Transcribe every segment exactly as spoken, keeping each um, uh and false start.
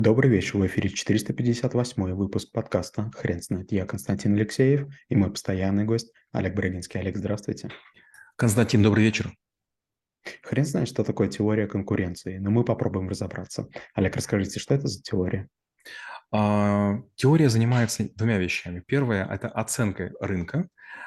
Добрый вечер, в эфире четыреста пятьдесят восьмой выпуск подкаста «Хрен знает». Я Константин Алексеев и мой постоянный гость Олег Брагинский. Олег, здравствуйте. Константин, добрый вечер. Хрен знает, что такое теория конкуренции, но мы попробуем разобраться. Олег, расскажите, что это за теория? А, Теория занимается двумя вещами. Первое– это оценка рынка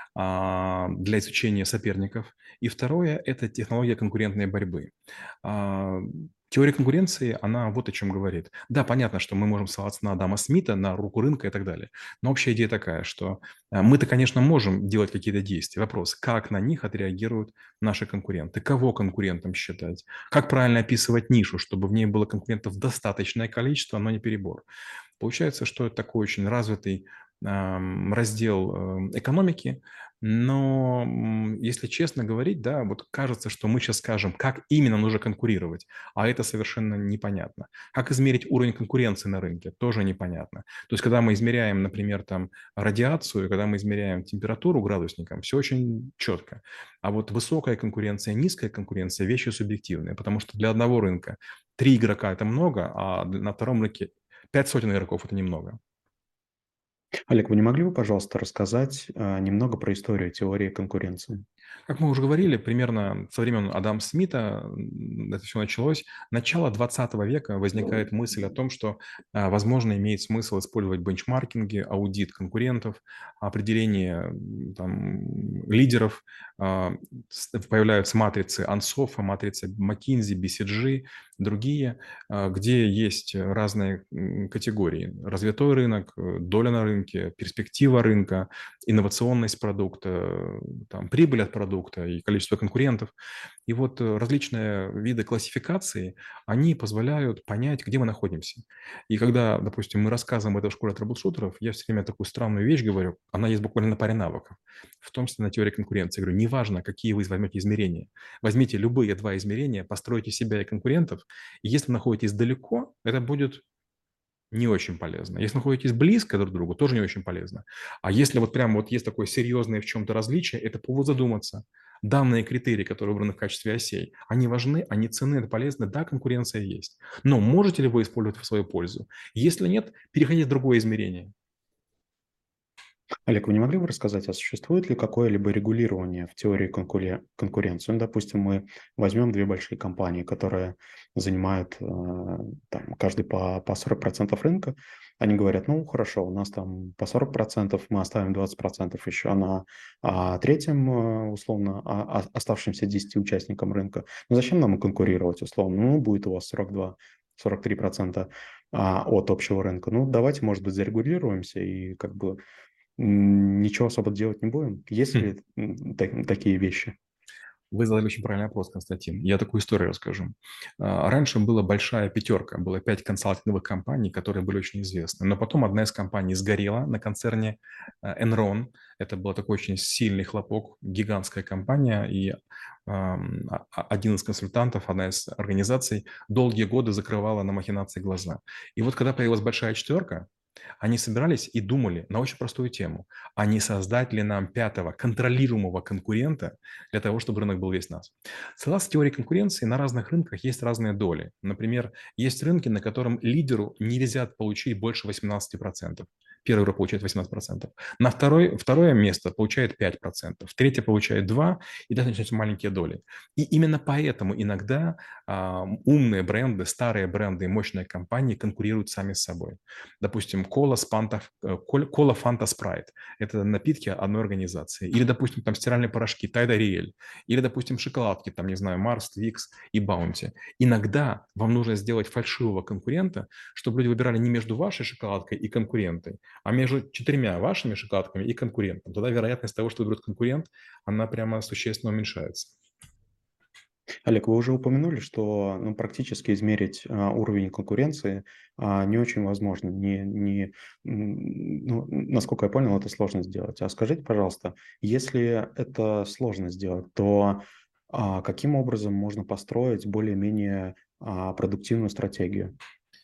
а, для изучения соперников. И второе– это технология конкурентной борьбы. А, Теория конкуренции, она вот о чем говорит. Да, понятно, что мы можем ссылаться на Адама Смита, на руку рынка и так далее. Но общая идея такая, что а, мы-то, конечно, можем делать какие-то действия. Вопрос, как на них отреагируют наши конкуренты, кого конкурентом считать, как правильно описывать нишу, чтобы в ней было конкурентов достаточное количество, но не перебор. Получается, что это такой очень развитый ам, раздел эм, экономики, но, м, если честно говорить, да, вот кажется, что мы сейчас скажем, как именно нужно конкурировать, а это совершенно непонятно. Как измерить уровень конкуренции на рынке, тоже непонятно. То есть, когда мы измеряем, например, там радиацию, когда мы измеряем температуру градусником, все очень четко. А вот высокая конкуренция, низкая конкуренция– вещи субъективные, потому что для одного рынка три игрока– это много, а на втором рынке пять сотен игроков– это немного. Олег, вы не могли бы, пожалуйста, рассказать а, немного про историю теории конкуренции? Как мы уже говорили, примерно со времен Адама Смита м, это все началось. Начало двадцатого века возникает мысль о том, что, а, возможно, имеет смысл использовать бенчмаркинги, аудит конкурентов, определение м, там, лидеров. А, с- Появляются матрицы Ансофа, матрицы McKinsey, би си джи, другие, а, где есть разные м, категории. Развитой рынок, э, доля на рынке, перспектива рынка, инновационность продукта, там, прибыль от продукта и количество конкурентов. И вот э, различные виды классификации, они позволяют понять, где мы находимся. И когда, допустим, мы рассказываем это в школе трэблшутеров, я все время такую странную вещь говорю, она есть буквально на паре навыков, в том числе на теории конкуренции. Я говорю, неважно, какие вы возьмете измерения, возьмите любые два измерения, постройте себя и конкурентов, и если вы находитесь далеко, это будет не очень полезно. Если находитесь близко друг к другу, тоже не очень полезно. А если вот прям вот есть такое серьезное в чем-то различие, это повод задуматься. Данные критерии, которые выбраны в качестве осей, они важны, они ценны, это полезно. Да, конкуренция есть. Но можете ли вы использовать в свою пользу? Если нет, переходите в другое измерение. Олег, вы не могли бы рассказать, а существует ли какое-либо регулирование в теории конкуре- конкуренции? Ну, допустим, мы возьмем две большие компании, которые занимают э, там, каждый по, по сорок процентов рынка. Они говорят, ну, хорошо, у нас там по сорок процентов, мы оставим двадцать процентов еще на а, третьем, э, условно, а- а- оставшимся десяти участникам рынка. Ну, зачем нам конкурировать, условно? Ну, будет у вас сорок два сорок три процента а, от общего рынка. Ну, давайте, может быть, зарегулируемся и как бы М, ничего особо делать не будем. Есть Хм. ли м, так- такие вещи? Вы задали очень правильный вопрос, Константин. Я такую историю расскажу. А, Раньше была большая пятерка, было пять консалтинговых компаний, которые были очень известны. Но потом одна из компаний сгорела на концерне а, Enron. Это был такой очень сильный хлопок, гигантская компания. И ам, а- а- один из консультантов, одна из организаций долгие годы закрывала на махинации глаза. И вот когда появилась большая четверка, они собирались и думали на очень простую тему. А не создать ли нам пятого контролируемого конкурента для того, чтобы рынок был весь нас? Согласно теории конкуренции, на разных рынках есть разные доли. Например, есть рынки, на котором лидеру нельзя получить больше восемнадцати процентов. Первый игрок получает восемнадцать процентов. На второй, второе место получает пять процентов. Третье получает два процента, и дальше начинаются маленькие доли. И именно поэтому иногда а, умные бренды, старые бренды и мощные компании конкурируют сами с собой. Допустим, кола, спанта, э, кол- кола, фанта, спрайт. Это напитки одной организации. Или, допустим, там стиральные порошки, Тайда, Риэль. Или, допустим, шоколадки, там, не знаю, Марс, Твикс и Баунти. Иногда вам нужно сделать фальшивого конкурента, чтобы люди выбирали не между вашей шоколадкой и конкурентой, а между четырьмя вашими шоколадками и конкурентом. Тогда вероятность того, что выберут конкурент, она прямо существенно уменьшается. Олег, вы уже упомянули, что ну, практически измерить а, уровень конкуренции а, не очень возможно. Не, не, м, ну, насколько я понял, это сложно сделать. А скажите, пожалуйста, если это сложно сделать, то а, каким образом можно построить более-менее а, продуктивную стратегию?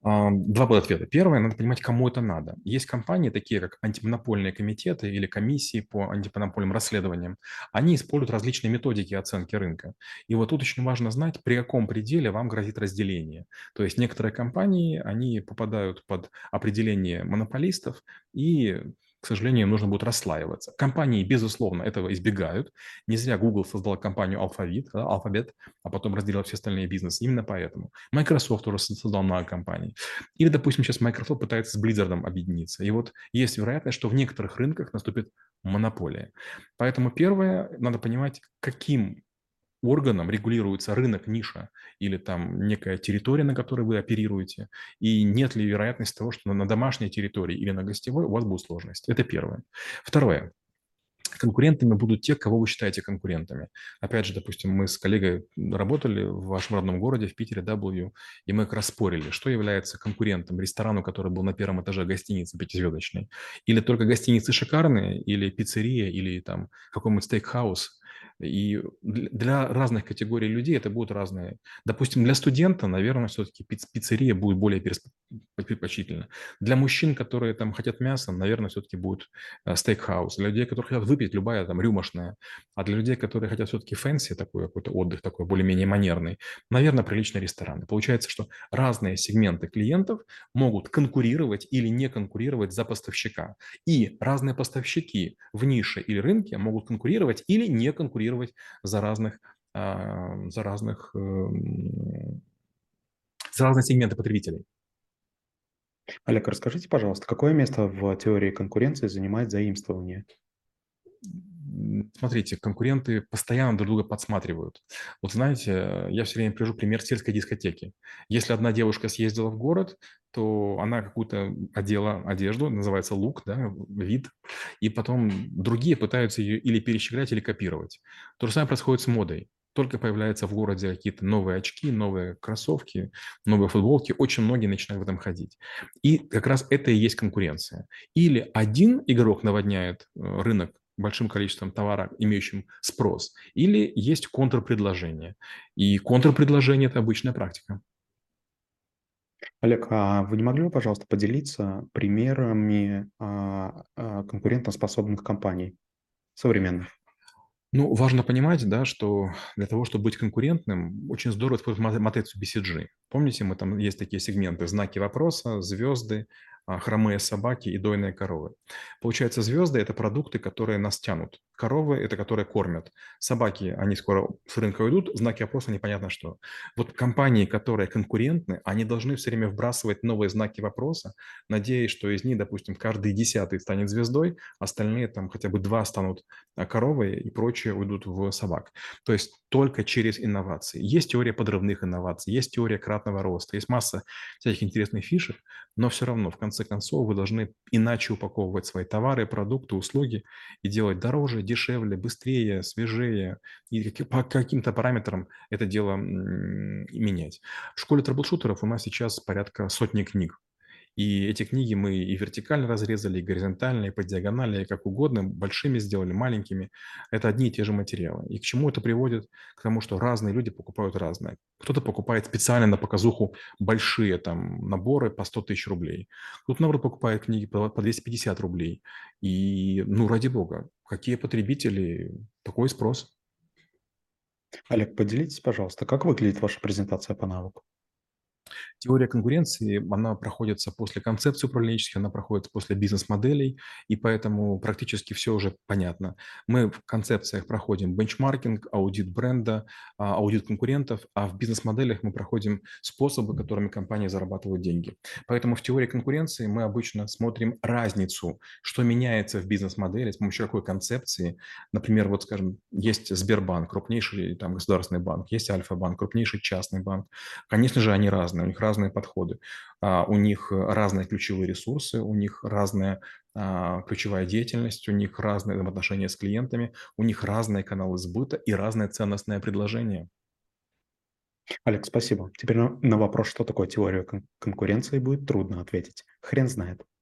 А, Два будет ответа. Первое, надо понимать, кому это надо. Есть компании, такие как антимонопольные комитеты или комиссии по антимонопольным расследованиям. Они используют различные методики оценки рынка. И вот тут очень важно знать, при каком пределе вам грозит разделение. То есть некоторые компании, они попадают под определение монополистов, и к сожалению, нужно будет расслаиваться. Компании, безусловно, этого избегают. Не зря Google создал компанию Alphabet, да, Alphabet, а потом разделил все остальные бизнесы. Именно поэтому. Microsoft уже создал много компаний. Или, допустим, сейчас Microsoft пытается с Blizzard объединиться. И вот есть вероятность, что в некоторых рынках наступит монополия. Поэтому первое, надо понимать, каким органом регулируется рынок, ниша или там некая территория, на которой вы оперируете, и нет ли вероятности того, что на домашней территории или на гостевой у вас будут сложности. Это первое. Второе. Конкурентами будут те, кого вы считаете конкурентами. Опять же, допустим, мы с коллегой работали в вашем родном городе, в Питере, W, и мы как раз спорили, что является конкурентом ресторану, который был на первом этаже гостиницы пятизвездочной. Или только гостиницы шикарные, или пиццерия, или там какой-нибудь стейкхаус. И для разных категорий людей это будут разные. Допустим, для студента, наверное, все-таки пиццерия будет более предпочтительна. Для мужчин, которые там хотят мяса, наверное, все-таки будет э, стейкхаус. Для людей, которые хотят выпить, любая там рюмошная. А для людей, которые хотят все-таки фэнси, такой какой-то отдых, такой более-менее манерный, наверное, приличные рестораны. Получается, что разные сегменты клиентов могут конкурировать или не конкурировать за поставщика. И разные поставщики в нише или рынке могут конкурировать или не конкурировать за разных, а, за разных, эм, за разные сегменты потребителей. Олег, расскажите, пожалуйста, какое место в теории конкуренции занимает заимствование? Смотрите, конкуренты постоянно друг друга подсматривают. Вот знаете, я все время привожу пример сельской дискотеки. Если одна девушка съездила в город, то она какую-то одела одежду, называется лук, да, вид, и потом другие пытаются ее или перещеголять, или копировать. То же самое происходит с модой. Только появляются в городе какие-то новые очки, новые кроссовки, новые футболки, очень многие начинают в этом ходить. И как раз это и есть конкуренция. Или один игрок наводняет э, рынок большим количеством товара, имеющим спрос, или есть контрпредложение. И контрпредложение – это обычная практика. Олег, а вы не могли бы, пожалуйста, поделиться примерами а, а, конкурентоспособных компаний современных? Ну, важно понимать, да, что для того, чтобы быть конкурентным, очень здорово использовать ма- матрицу би си джи. Помните, мы там есть такие сегменты: знаки вопроса, звезды, а, хромые собаки и дойные коровы. Получается, звезды – это продукты, которые нас тянут. Коровы – это которые кормят. Собаки, они скоро с рынка уйдут, знаки вопроса непонятно что. Вот компании, которые конкурентны, они должны все время вбрасывать новые знаки вопроса, надеясь, что из них, допустим, каждый десятый станет звездой, остальные там хотя бы два станут а коровы и прочее уйдут в собак. То есть только через инновации. Есть теория подрывных инноваций, есть теория кратного роста, есть масса всяких интересных фишек, но все равно, в конце концов, вы должны иначе упаковывать свои товары, продукты, услуги и делать дороже, дешевле, быстрее, свежее, и каки- по каким-то параметрам это дело м, менять. В школе трэблшутеров у нас сейчас порядка сотни книг. И эти книги мы и вертикально разрезали, и горизонтально, и по диагонали, и как угодно, большими сделали, маленькими. Это одни и те же материалы. И к чему это приводит? К тому, что разные люди покупают разное. Кто-то покупает специально на показуху большие там наборы по сто тысяч рублей. Кто-то, наоборот, покупает книги по по двести пятьдесят рублей. И, ну, ради бога, какие потребители, такой спрос. Олег, поделитесь, пожалуйста, как выглядит ваша презентация по навыку? Теория конкуренции, она проходится после концепции управленческой, она проходит после бизнес-моделей, и поэтому практически все уже понятно. Мы в концепциях проходим бенчмаркинг, аудит бренда, а, аудит конкурентов, а в бизнес-моделях мы проходим способы, которыми компании зарабатывают деньги. Поэтому в теории конкуренции мы обычно смотрим разницу, что меняется в бизнес-модели, с помощью какой концепции. Например, вот, скажем, есть Сбербанк, крупнейший там государственный банк, есть Альфа-банк, крупнейший частный банк. Конечно же, они разные, у них разные подходы. А, У них разные ключевые ресурсы, у них разная а, ключевая деятельность, у них разные взаимоотношения с клиентами, у них разные каналы сбыта и разное ценностное предложение. Олег, спасибо. Теперь на, на вопрос, что такое теория кон- конкуренции, будет трудно ответить. Хрен знает.